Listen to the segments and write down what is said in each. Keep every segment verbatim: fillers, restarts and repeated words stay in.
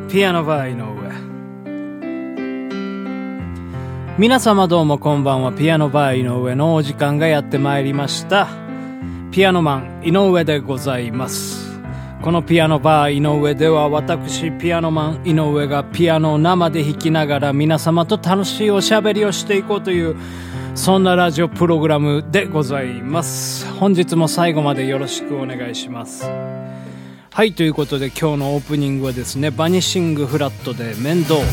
ピアノバー井上。皆様どうもこんばんは。ピアノバー井上のお時間がやってまいりました。ピアノマン井上でございます。このピアノバー井上では、私ピアノマン井上がピアノを生で弾きながら皆様と楽しいおしゃべりをしていこうという、そんなラジオプログラムでございます。本日も最後までよろしくお願いします。はい、ということで今日のオープニングはですね、バニシングフラットで面倒。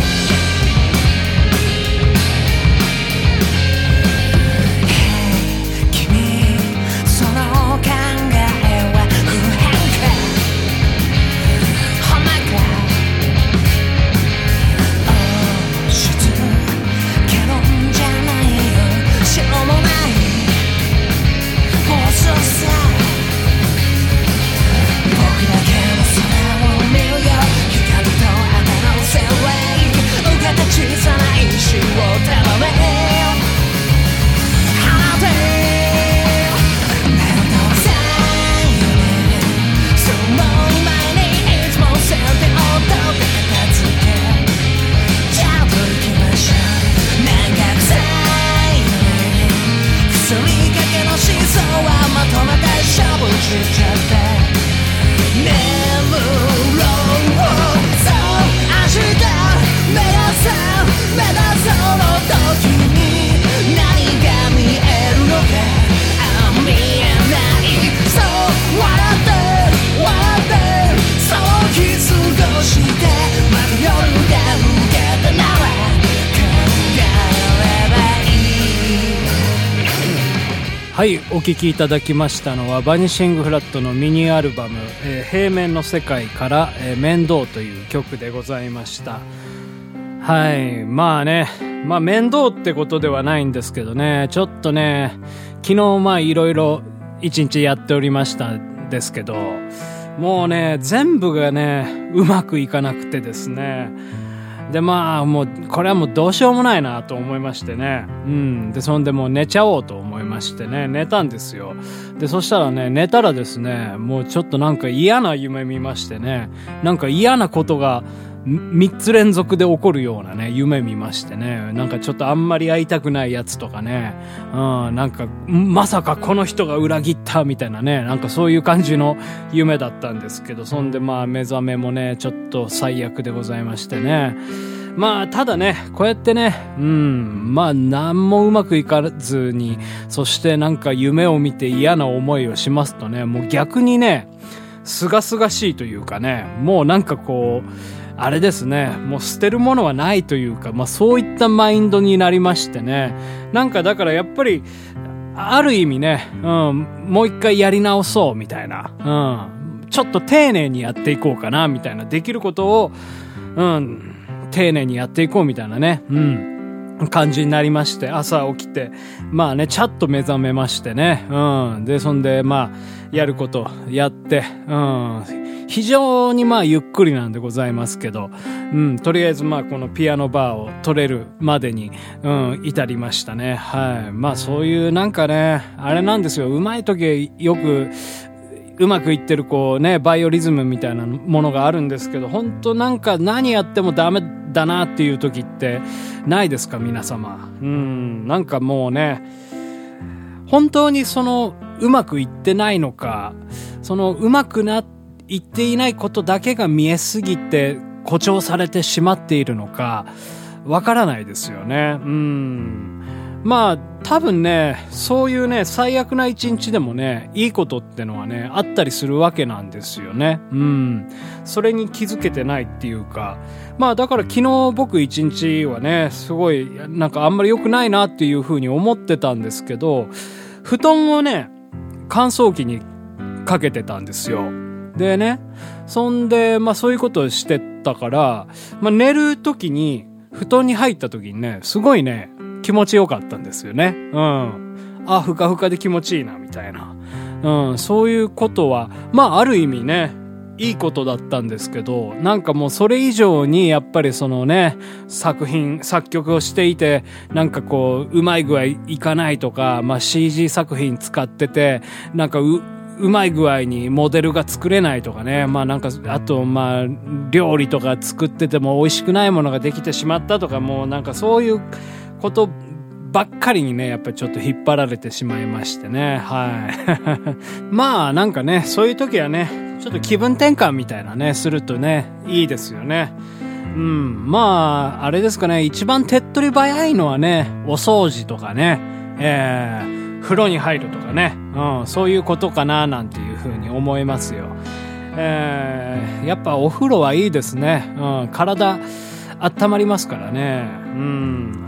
はい、お聴きいただきましたのはバニシングフラットのミニアルバム、えー、平面の世界から、えー、面倒という曲でございました。はい、まあね、まあ面倒ってことではないんですけどね、ちょっとね、昨日まあいろいろ一日やっておりましたんですけど、もうね、全部がね、うまくいかなくてですね、でまあもうこれはもうどうしようもないなと思いましてね、うんでそんでもう寝ちゃおうと思いましてね、寝たんですよ。でそしたらね、寝たらですね、もうちょっとなんか嫌な夢見ましてね、なんか嫌なことがみっつ連続で起こるようなね夢見ましてね、なんかちょっとあんまり会いたくないやつとかね、うん、なんかまさかこの人が裏切ったみたいなね、なんかそういう感じの夢だったんですけど、そんでまあ目覚めもねちょっと最悪でございましてね、まあただね、こうやってね、うんまあ何もうまくいかずに、そしてなんか夢を見て嫌な思いをしますとね、もう逆にねすがすがしいというかね、もうなんかこうあれですね、もう捨てるものはないというか、まあそういったマインドになりましてね、なんかだからやっぱりある意味ね、うん、もう一回やり直そうみたいな、うん、ちょっと丁寧にやっていこうかなみたいな、できることを、うん、丁寧にやっていこうみたいなね、うん、感じになりまして、朝起きて、まあね、ちゃっと目覚めましてね、うん、で、そんでまあ、やることやって、うん、非常にまあゆっくりなんでございますけど、うん、とりあえずまあこのピアノバーを取れるまでに、うん、至りましたね。はい。まあそういうなんかね、あれなんですよ、うまい時よく、うまくいってるこうね、バイオリズムみたいなものがあるんですけど、本当なんか何やってもダメだなっていう時ってないですか皆様。うん、なんかもうね、本当にそのうまくいってないのか、そのうまくないっていないことだけが見えすぎて誇張されてしまっているのか、わからないですよね。うん。まあ多分ね、そういうね最悪な一日でもね、いいことってのはねあったりするわけなんですよね。うん。それに気づけてないっていうか、まあだから昨日僕一日はね、すごいなんかあんまり良くないなっていう風に思ってたんですけど、布団をね乾燥機にかけてたんですよ。でね、そんでまあそういうことをしてたから、まあ寝る時に布団に入った時にね、すごいね気持ちよかったんですよね。うん。あ、ふかふかで気持ちいいなみたいな。うん、そういうことはまあある意味ねいいことだったんですけど、なんかもうそれ以上にやっぱりそのね、作品作曲をしていてなんかこううまい具合いかないとか、まあ シージー 作品使っててなんかううまい具合にモデルが作れないとかね、まあなんかあとまあ料理とか作ってても美味しくないものができてしまったとか、もうなんかそういうことばっかりにねやっぱりちょっと引っ張られてしまいましてね、はいまあなんかねそういう時はねちょっと気分転換みたいなねするとねいいですよね。うん、まああれですかね、一番手っ取り早いのはねお掃除とかね、えー、風呂に入るとかね、うん、そういうことかななんていうふうに思いますよ。えー、やっぱお風呂はいいですね、うん、体温まりますからね。うん、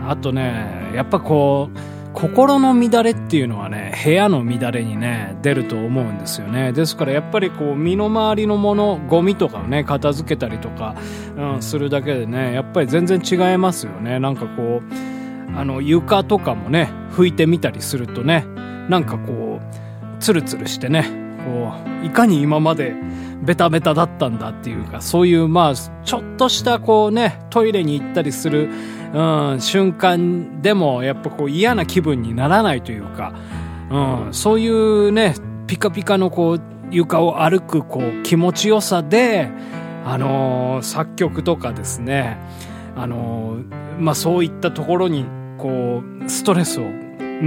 あとねやっぱこう心の乱れっていうのはね部屋の乱れにね出ると思うんですよね。ですからやっぱりこう身の回りのものゴミとかをね片付けたりとか、うん、するだけでねやっぱり全然違いますよね。なんかこうあの床とかもね拭いてみたりするとねなんかこうツルツルしてねこういかに今までベタベタだったんだっていうか、そういうまあちょっとしたこうねトイレに行ったりする、うん、瞬間でもやっぱこう嫌な気分にならないというか、うん、そういうねピカピカのこう床を歩くこう気持ちよさで、あのー、作曲とかですね、あのー、まあそういったところにこうストレスをうん、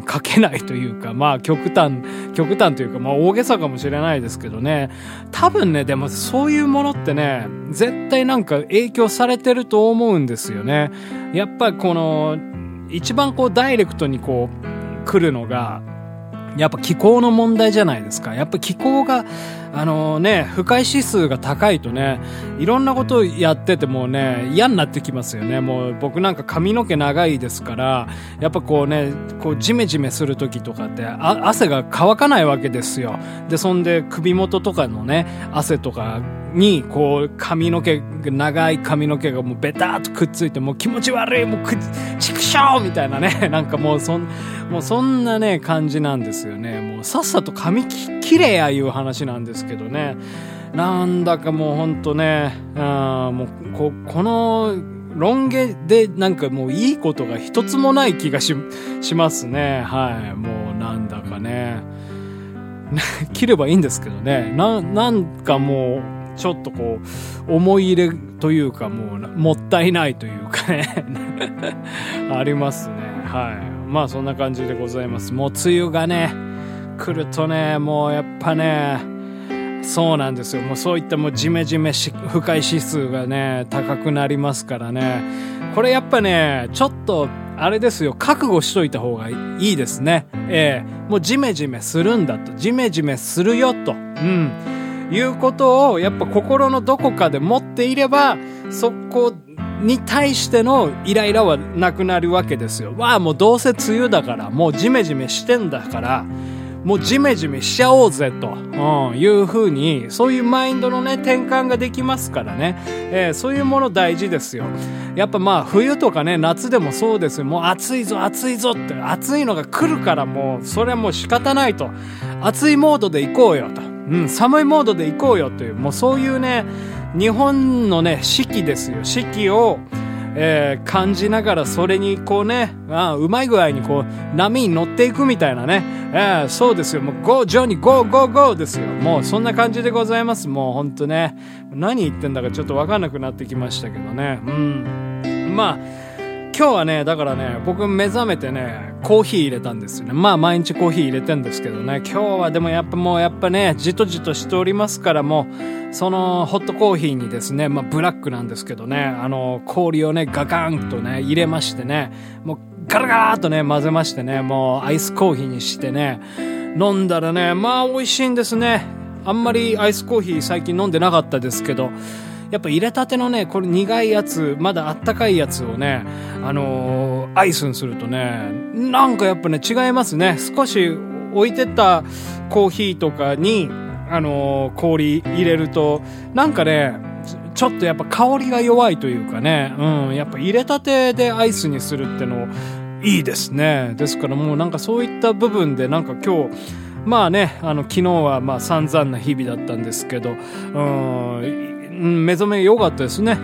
かけないというか、まあ極端、極端というか、まあ大げさかもしれないですけどね。多分ね、でもそういうものってね、絶対なんか影響されてると思うんですよね。やっぱりこの、一番こうダイレクトにこう来るのが、やっぱ気候の問題じゃないですか。やっぱ気候が、あのね、不快指数が高いとね、いろんなことをやっててもね、嫌になってきますよね。もう僕なんか髪の毛長いですから、やっぱこうね、こうジメジメする時とかって、あ、汗が乾かないわけですよ。で、そんで首元とかのね、汗とかに、こう髪の毛、長い髪の毛がもうベターっとくっついて、もう気持ち悪い、もうく、ちくしょうみたいなね、なんかもうそん、もうそんなね、感じなんですよね。もうさっさと髪き、きれやいう話なんですけどね。なんだかもうほんとね、あもうこ、このロン毛でなんかもういいことが一つもない気がし、しますね。はい。もうなんだかね。切ればいいんですけどね。な、なんかもう、ちょっとこう、思い入れというかもう、もったいないというかね。ありますね。はい。まあそんな感じでございます。もう梅雨がね、来るとね、もうやっぱね、そうなんですよ。もうそういったもうジメジメし不快指数がね、高くなりますからね。これやっぱね、ちょっと、あれですよ、覚悟しといた方がいいですね。ええー、もうジメジメするんだと。ジメジメするよと。うん。いうことを、やっぱ心のどこかで持っていれば、そこに対してのイライラはなくなるわけですよ。わあ、もうどうせ梅雨だから、もうジメジメしてんだから、もうジメジメしちゃおうぜと、うん、いう風にそういうマインドのね転換ができますからね、えー、そういうもの大事ですよ。やっぱまあ冬とかね夏でもそうですよ。もう暑いぞ暑いぞって暑いのが来るからもうそれはもう仕方ないと、暑いモードで行こうよと、うん、寒いモードで行こうよという、もうそういうね日本のね四季ですよ。四季をえー、感じながらそれにこうね、あうまい具合にこう波に乗っていくみたいなね、えー、そうですよ。もうゴージョニーゴーゴーゴーですよ。もうそんな感じでございます。もうほんとね、何言ってんだかちょっと分かんなくなってきましたけどね。うん、まあ今日はねだからね僕目覚めてねコーヒー入れたんですよね。まあ毎日コーヒー入れてんですけどね、今日はでもやっぱもうやっぱねじとじとしておりますから、もうそのホットコーヒーにですね、まあブラックなんですけどね、あの氷をねガガンとね入れましてね、もうガラガラーとね混ぜましてね、もうアイスコーヒーにしてね飲んだらね、まあ美味しいんですね。あんまりアイスコーヒー最近飲んでなかったですけど、やっぱ入れたてのねこれ苦いやつ、まだあったかいやつをねあのー、アイスにするとねなんかやっぱね違いますね。少し置いてたコーヒーとかにあのー、氷入れるとなんかねちょっとやっぱ香りが弱いというかね、うん、やっぱ入れたてでアイスにするってのいいですね。ですからもうなんかそういった部分でなんか今日まあねあの昨日はまあ散々な日々だったんですけど、うん目覚め良かったですね。うん、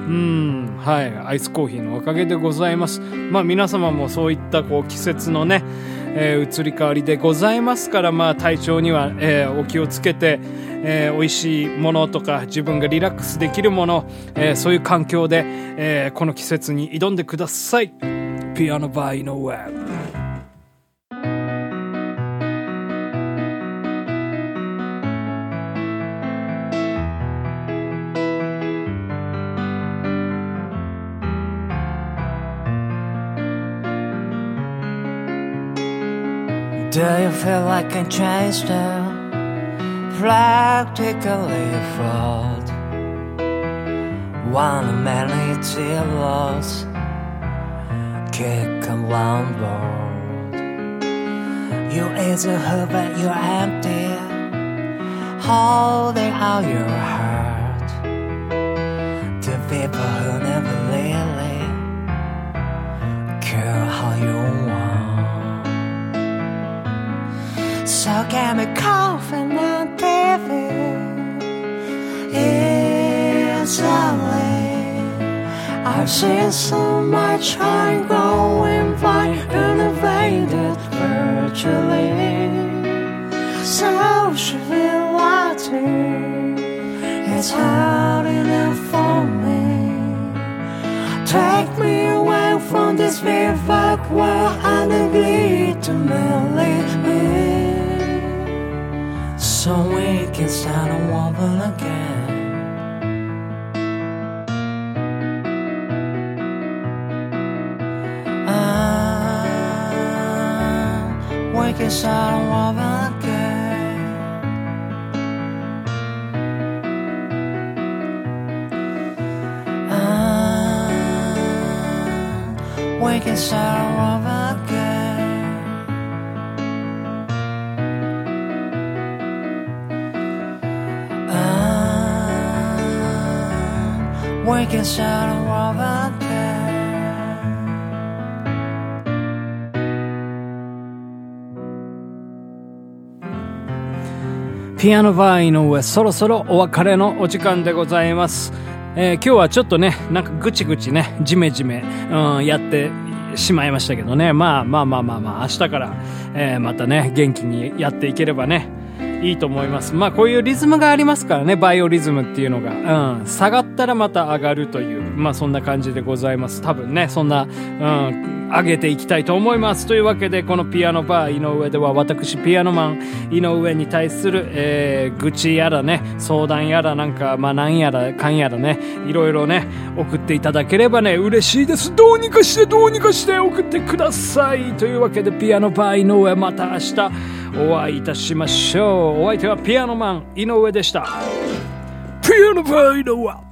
はい、アイスコーヒーのおかげでございます。まあ皆様もそういったこう季節のね、 えー、移り変わりでございますから、まあ体調には、えー、お気をつけて、えー、美味しいものとか自分がリラックスできるもの、えー、そういう環境で、えー、この季節に挑んでください。ピアノバー井上。 Do you feel like I changed to practically fraud? One of many tears kick around world. You is a hope but you're empty, holding out your heart to people who never really care how you want. So chemical and on T V easily. I've seen so much time going by, innovated virtually. Social reality, it's hard enough for me. Take me away from this fearful world and agree to merely me. So we can start a woman again. Ah, we can start a woman again. Ah, we can start a woman again. We can start a war again. ピアノバー井上、そろそろお別れのお時間でございます。えー、今日はちょっとね、なんかぐちぐちね、ジメジメ、うん、やってしまいましたけどね。まあまあまあまあまあ、明日から、えー、またね、元気にやっていければね、いいと思います。まあこういうリズムがありますからね、バイオリズムっていうのが、うん、下がったらまた上がるという、まあそんな感じでございます。多分ね、そんな、うん、上げていきたいと思います。というわけで、このピアノバー井上では、私ピアノマン井上に対する、えー、愚痴やらね、相談やらなんか、まあなんやらかんやらね、いろいろね、送っていただければね、嬉しいです。どうにかしてどうにかして送ってください。というわけで、ピアノバー井上、また明日お会いいたしましょう。お相手はピアノマン井上でした。ピアノバー井上。